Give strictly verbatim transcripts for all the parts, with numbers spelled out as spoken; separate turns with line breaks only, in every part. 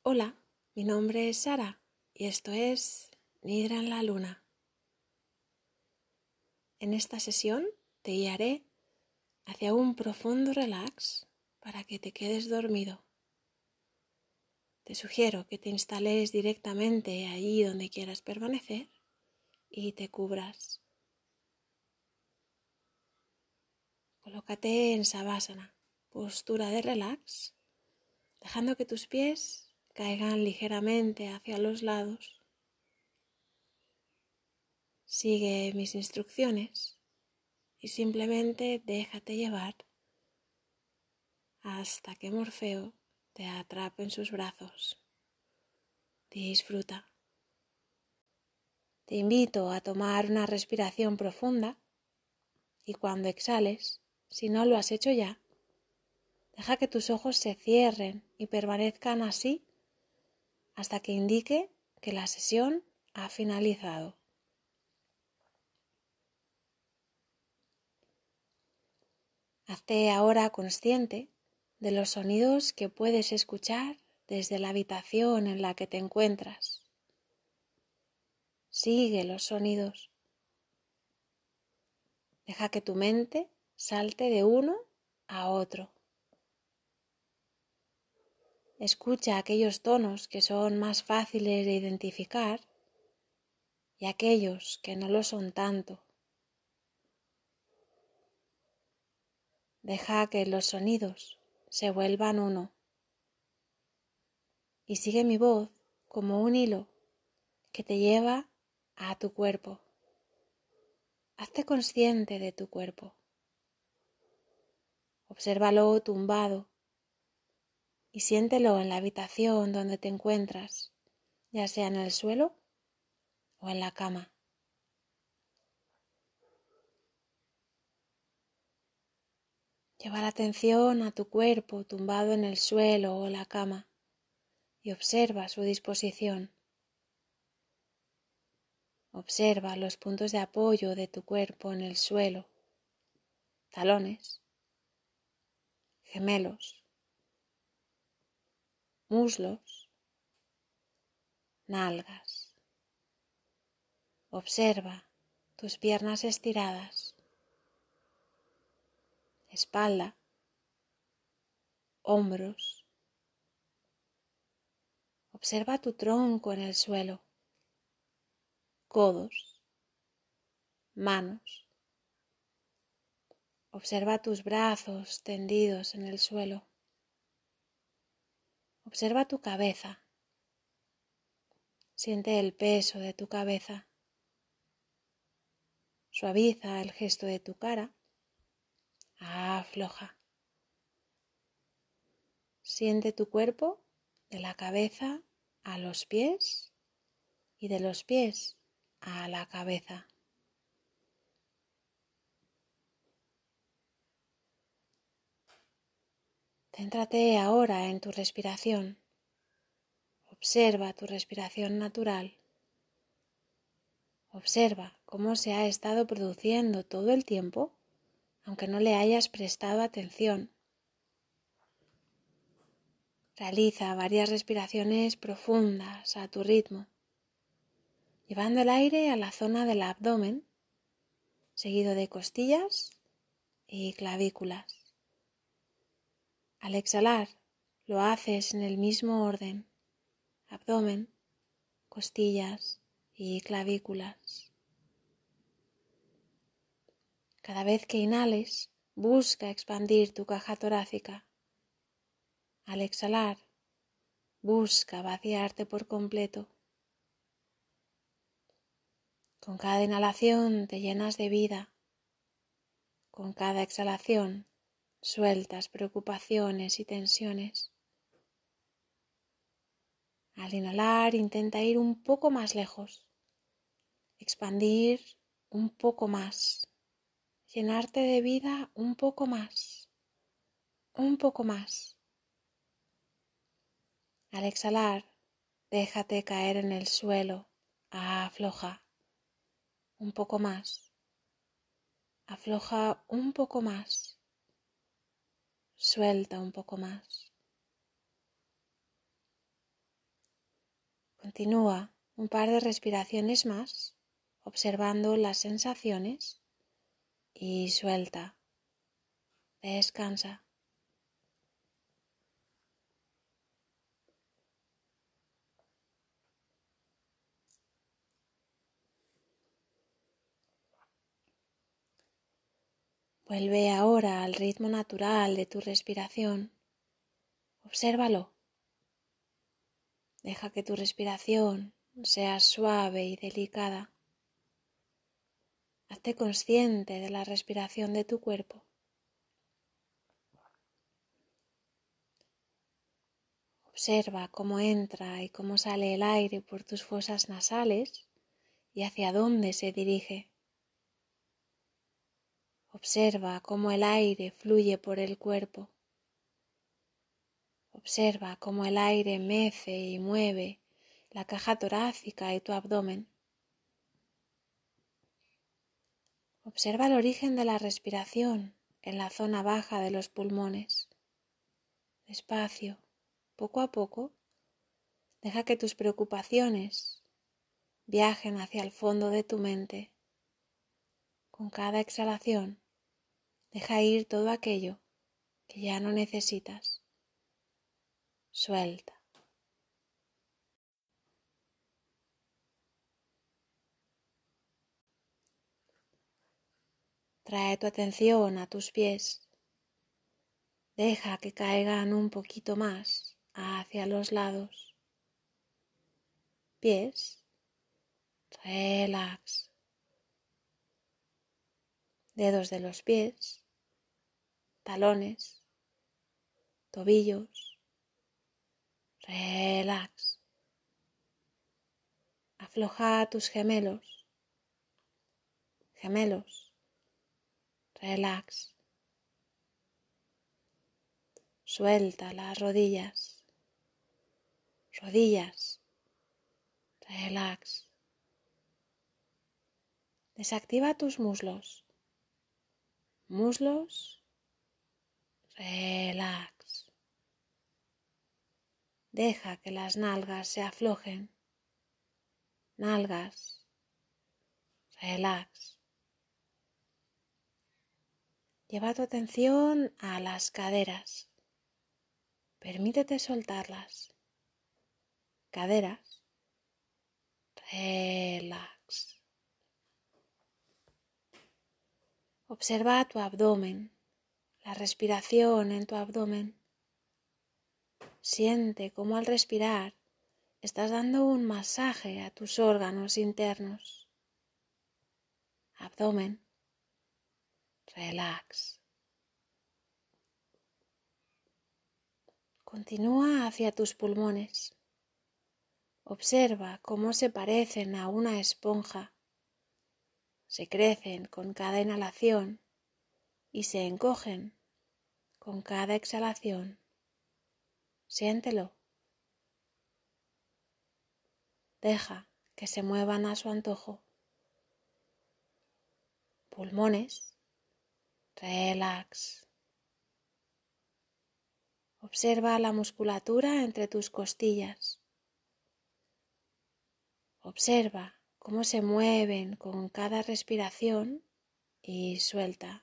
Hola, mi nombre es Sara y esto es Nidra en la Luna. En esta sesión te guiaré hacia un profundo relax para que te quedes dormido. Te sugiero que te instales directamente allí donde quieras permanecer y te cubras. Colócate en Savasana, postura de relax, dejando que tus pies caigan ligeramente hacia los lados. Sigue mis instrucciones y simplemente déjate llevar hasta que Morfeo te atrape en sus brazos. Disfruta. Te invito a tomar una respiración profunda y cuando exhales, si no lo has hecho ya, deja que tus ojos se cierren y permanezcan así hasta que indique que la sesión ha finalizado. Hazte ahora consciente de los sonidos que puedes escuchar desde la habitación en la que te encuentras. Sigue los sonidos. Deja que tu mente salte de uno a otro. Escucha aquellos tonos que son más fáciles de identificar y aquellos que no lo son tanto. Deja que los sonidos se vuelvan uno y sigue mi voz como un hilo que te lleva a tu cuerpo. Hazte consciente de tu cuerpo. Obsérvalo tumbado y siéntelo en la habitación donde te encuentras, ya sea en el suelo o en la cama. Lleva la atención a tu cuerpo tumbado en el suelo o la cama y observa su disposición. Observa los puntos de apoyo de tu cuerpo en el suelo, talones, gemelos, muslos, nalgas. Observa tus piernas estiradas, espalda, hombros. Observa tu tronco en el suelo, codos, manos. Observa tus brazos tendidos en el suelo. Observa tu cabeza. Siente el peso de tu cabeza. Suaviza el gesto de tu cara. Afloja. Siente tu cuerpo de la cabeza a los pies y de los pies a la cabeza. Céntrate ahora en tu respiración. Observa tu respiración natural. Observa cómo se ha estado produciendo todo el tiempo, aunque no le hayas prestado atención. Realiza varias respiraciones profundas a tu ritmo, llevando el aire a la zona del abdomen, seguido de costillas y clavículas. Al exhalar, lo haces en el mismo orden, abdomen, costillas y clavículas. Cada vez que inhales, busca expandir tu caja torácica. Al exhalar, busca vaciarte por completo. Con cada inhalación te llenas de vida. Con cada exhalación sueltas preocupaciones y tensiones. Al inhalar, intenta ir un poco más lejos, expandir un poco más, llenarte de vida un poco más, un poco más. Al exhalar, déjate caer en el suelo, afloja un poco más, afloja un poco más, suelta un poco más. Continúa un par de respiraciones más, observando las sensaciones y suelta. Descansa. Vuelve ahora al ritmo natural de tu respiración. Obsérvalo. Deja que tu respiración sea suave y delicada. Hazte consciente de la respiración de tu cuerpo. Observa cómo entra y cómo sale el aire por tus fosas nasales y hacia dónde se dirige. Observa cómo el aire fluye por el cuerpo. Observa cómo el aire mece y mueve la caja torácica y tu abdomen. Observa el origen de la respiración en la zona baja de los pulmones. Despacio, poco a poco, deja que tus preocupaciones viajen hacia el fondo de tu mente. Con cada exhalación, deja ir todo aquello que ya no necesitas. Suelta. Trae tu atención a tus pies. Deja que caigan un poquito más hacia los lados. Pies. Relax. Dedos de los pies. Talones. Tobillos. Relax. Afloja tus gemelos. Gemelos. Relax. Suelta las rodillas. Rodillas. Relax. Desactiva tus muslos. Muslos. Relax. Deja que las nalgas se aflojen. Nalgas. Relax. Lleva tu atención a las caderas. Permítete soltarlas. Caderas. Relax. Observa tu abdomen, la respiración en tu abdomen. Siente cómo al respirar estás dando un masaje a tus órganos internos. Abdomen. Relax. Continúa hacia tus pulmones. Observa cómo se parecen a una esponja. Se crecen con cada inhalación y se encogen con cada exhalación. Siéntelo. Deja que se muevan a su antojo. Pulmones. Relax. Observa la musculatura entre tus costillas. Observa cómo se mueven con cada respiración y suelta.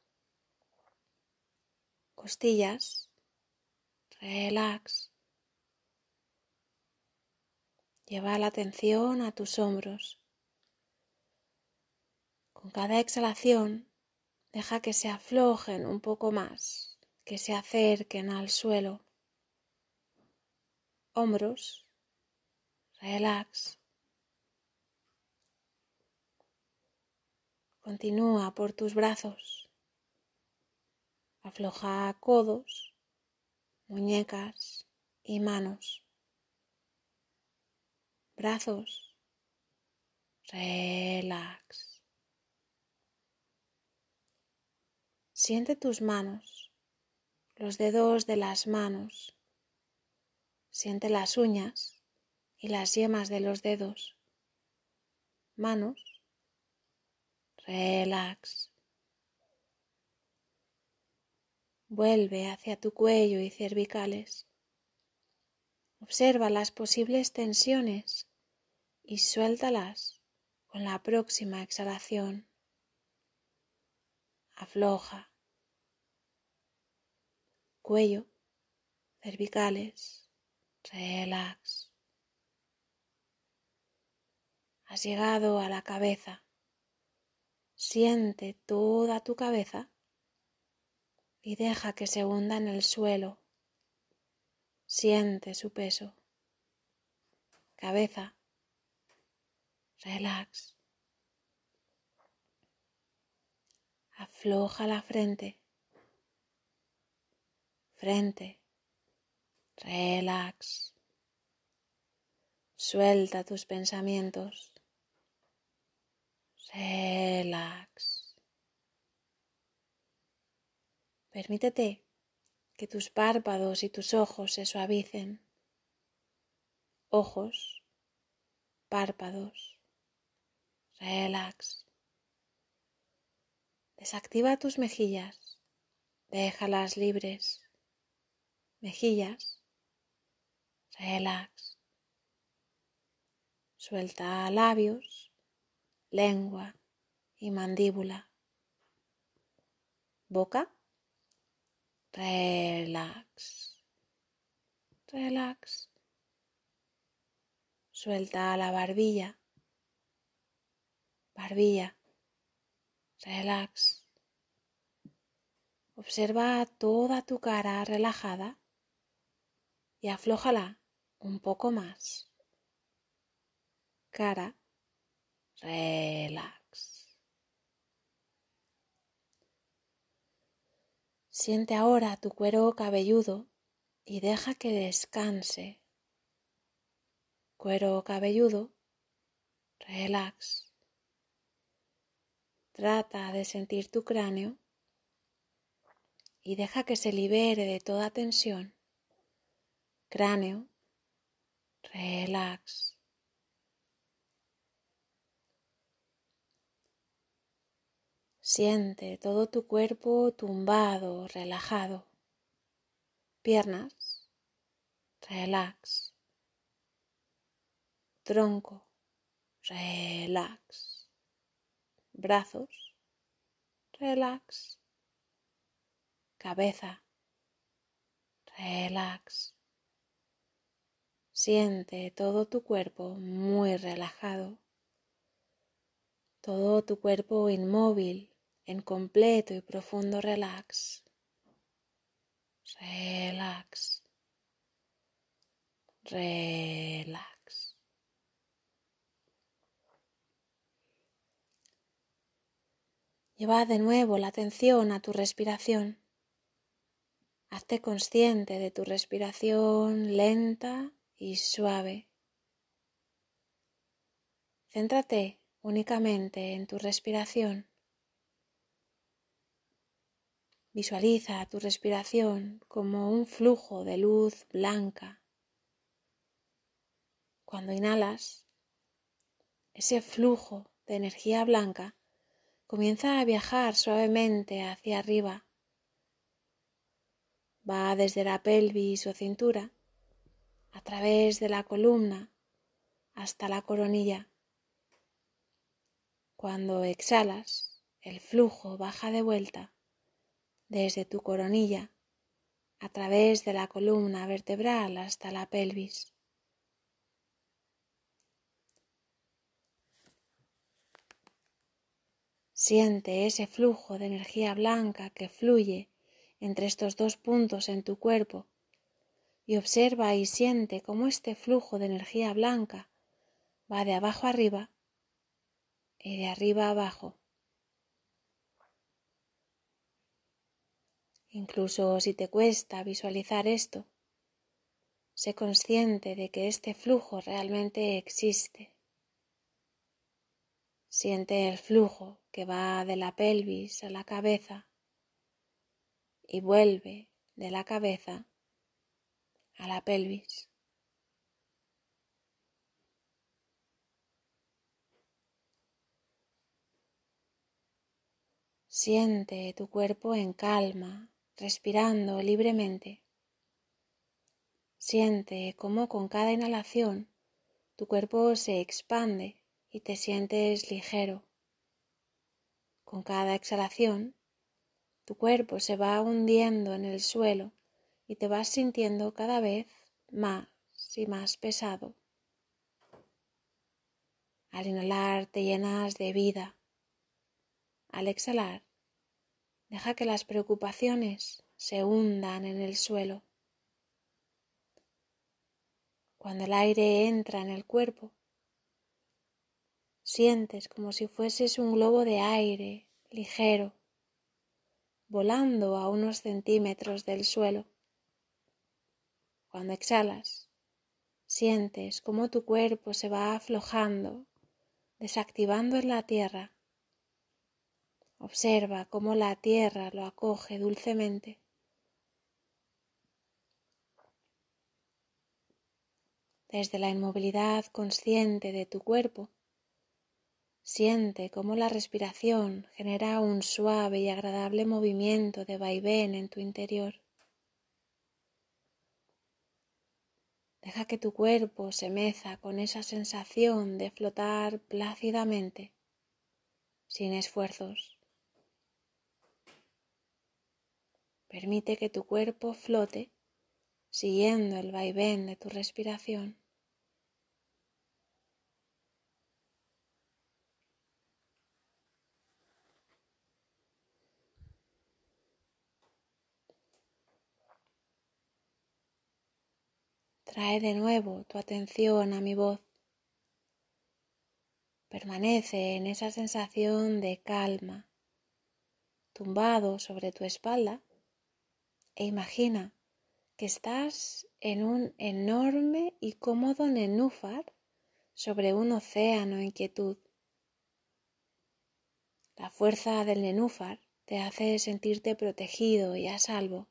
Costillas. Relax. Lleva la atención a tus hombros. Con cada exhalación, deja que se aflojen un poco más, que se acerquen al suelo. Hombros. Relax. Continúa por tus brazos. Afloja codos, muñecas y manos. Brazos. Relax. Siente tus manos, los dedos de las manos. Siente las uñas y las yemas de los dedos. Manos. Relax. Vuelve hacia tu cuello y cervicales. Observa las posibles tensiones y suéltalas con la próxima exhalación. Afloja. Cuello, cervicales, relax. Has llegado a la cabeza. Siente toda tu cabeza y deja que se hunda en el suelo. Siente su peso. Cabeza, relax. Afloja la frente. Frente, relax. Suelta tus pensamientos. Relax. Permítete que tus párpados y tus ojos se suavicen. Ojos, párpados, relax. Desactiva tus mejillas, déjalas libres. Mejillas, relax. Suelta labios, lengua y mandíbula. Boca, relax. Relax. Suelta la barbilla. Barbilla. Relax. Observa toda tu cara relajada y aflójala un poco más. Cara. Relax. Siente ahora tu cuero cabelludo y deja que descanse. Cuero cabelludo, relax. Trata de sentir tu cráneo y deja que se libere de toda tensión. Cráneo, relax. Siente todo tu cuerpo tumbado, relajado. Piernas, relax. Tronco, relax. Brazos, relax. Cabeza, relax. Siente todo tu cuerpo muy relajado. Todo tu cuerpo inmóvil, en completo y profundo relax. Relax. Relax. Lleva de nuevo la atención a tu respiración. Hazte consciente de tu respiración lenta y suave. Céntrate únicamente en tu respiración. Visualiza tu respiración como un flujo de luz blanca. Cuando inhalas, ese flujo de energía blanca comienza a viajar suavemente hacia arriba. Va desde la pelvis o cintura, a través de la columna, hasta la coronilla. Cuando exhalas, el flujo baja de vuelta desde tu coronilla, a través de la columna vertebral hasta la pelvis. Siente ese flujo de energía blanca que fluye entre estos dos puntos en tu cuerpo y observa y siente cómo este flujo de energía blanca va de abajo arriba y de arriba abajo. Incluso si te cuesta visualizar esto, sé consciente de que este flujo realmente existe. Siente el flujo que va de la pelvis a la cabeza y vuelve de la cabeza a la pelvis. Siente tu cuerpo en calma, respirando libremente. Siente cómo con cada inhalación tu cuerpo se expande y te sientes ligero. Con cada exhalación, tu cuerpo se va hundiendo en el suelo y te vas sintiendo cada vez más y más pesado. Al inhalar te llenas de vida. Al exhalar, deja que las preocupaciones se hundan en el suelo. Cuando el aire entra en el cuerpo, sientes como si fueses un globo de aire ligero, volando a unos centímetros del suelo. Cuando exhalas, sientes cómo tu cuerpo se va aflojando, desactivando en la tierra. Observa cómo la tierra lo acoge dulcemente. Desde la inmovilidad consciente de tu cuerpo, siente cómo la respiración genera un suave y agradable movimiento de vaivén en tu interior. Deja que tu cuerpo se meza con esa sensación de flotar plácidamente, sin esfuerzos. Permite que tu cuerpo flote siguiendo el vaivén de tu respiración. Trae de nuevo tu atención a mi voz. Permanece en esa sensación de calma, tumbado sobre tu espalda, e imagina que estás en un enorme y cómodo nenúfar sobre un océano en quietud. La fuerza del nenúfar te hace sentirte protegido y a salvo.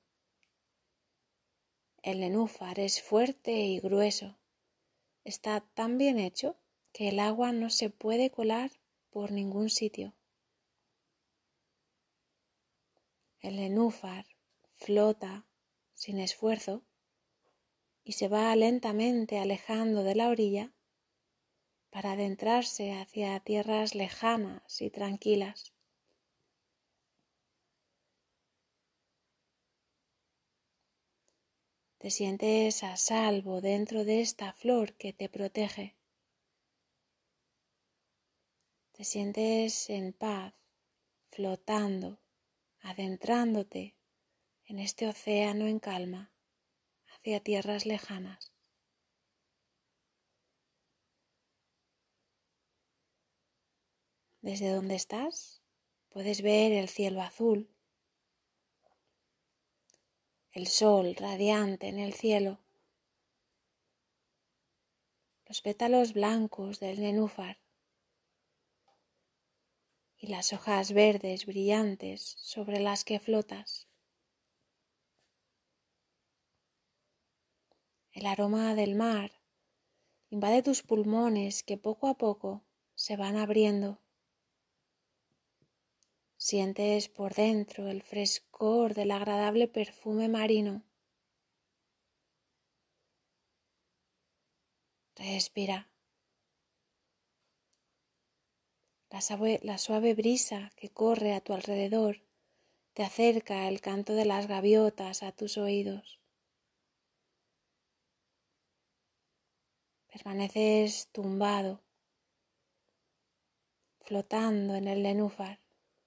El nenúfar es fuerte y grueso. Está tan bien hecho que el agua no se puede colar por ningún sitio. El nenúfar flota sin esfuerzo y se va lentamente alejando de la orilla para adentrarse hacia tierras lejanas y tranquilas. Te sientes a salvo dentro de esta flor que te protege. Te sientes en paz, flotando, adentrándote en este océano en calma hacia tierras lejanas. Desde donde estás, puedes ver el cielo azul, el sol radiante en el cielo, los pétalos blancos del nenúfar y las hojas verdes brillantes sobre las que flotas. El aroma del mar invade tus pulmones que poco a poco se van abriendo. Sientes por dentro el frescor del agradable perfume marino. Respira. La suave, la suave brisa que corre a tu alrededor te acerca el canto de las gaviotas a tus oídos. Permaneces tumbado, flotando en el nenúfar,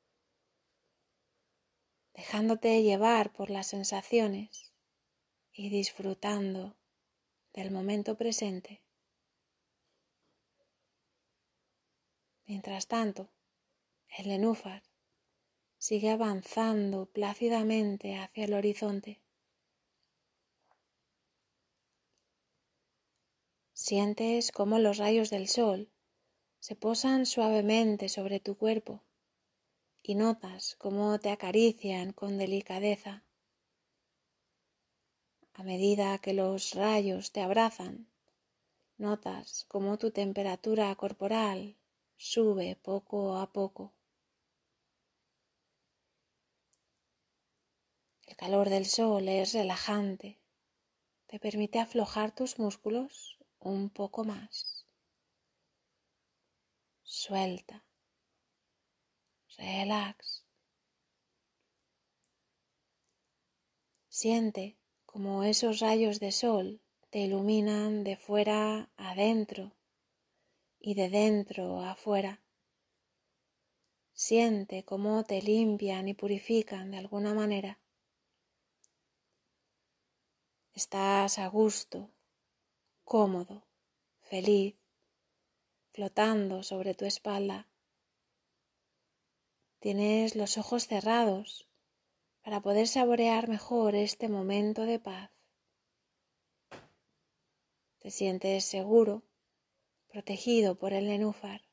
dejándote llevar por las sensaciones y disfrutando del momento presente. Mientras tanto, el nenúfar sigue avanzando plácidamente hacia el horizonte. Sientes cómo los rayos del sol se posan suavemente sobre tu cuerpo y notas cómo te acarician con delicadeza. A medida que los rayos te abrazan, notas cómo tu temperatura corporal sube poco a poco. El calor del sol es relajante, te permite aflojar tus músculos un poco más. Suelta. Relax. Siente como esos rayos de sol te iluminan de fuera a adentro y de dentro a afuera. Siente cómo te limpian y purifican de alguna manera. Estás a gusto, cómodo, feliz, flotando sobre tu espalda. Tienes los ojos cerrados para poder saborear mejor este momento de paz. Te sientes seguro, protegido por el nenúfar.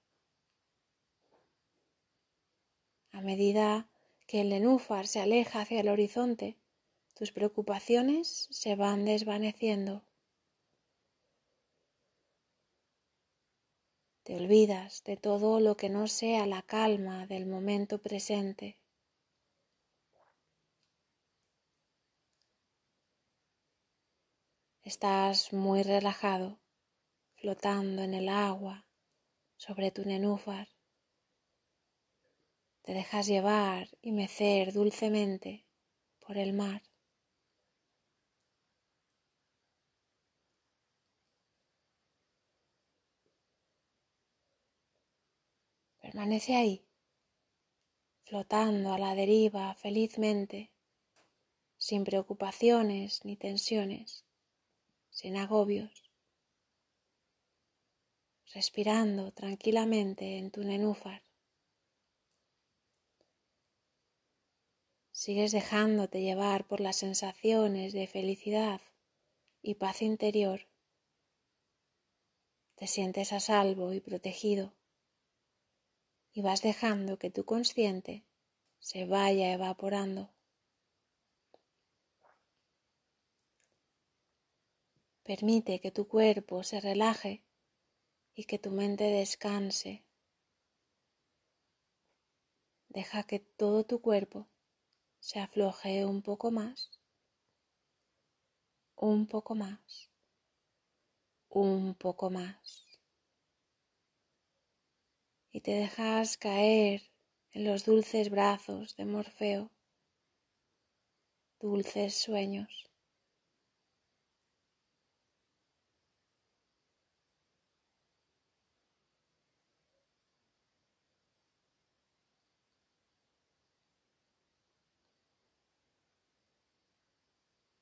A medida que el nenúfar se aleja hacia el horizonte, tus preocupaciones se van desvaneciendo. Te olvidas de todo lo que no sea la calma del momento presente. Estás muy relajado, flotando en el agua sobre tu nenúfar. Te dejas llevar y mecer dulcemente por el mar. Permanece ahí, flotando a la deriva felizmente, sin preocupaciones ni tensiones, sin agobios, respirando tranquilamente en tu nenúfar. Sigues dejándote llevar por las sensaciones de felicidad y paz interior. Te sientes a salvo y protegido y vas dejando que tu consciente se vaya evaporando. Permite que tu cuerpo se relaje y que tu mente descanse. Deja que todo tu cuerpo se afloje un poco más, un poco más, un poco más. Y te dejas caer en los dulces brazos de Morfeo, dulces sueños.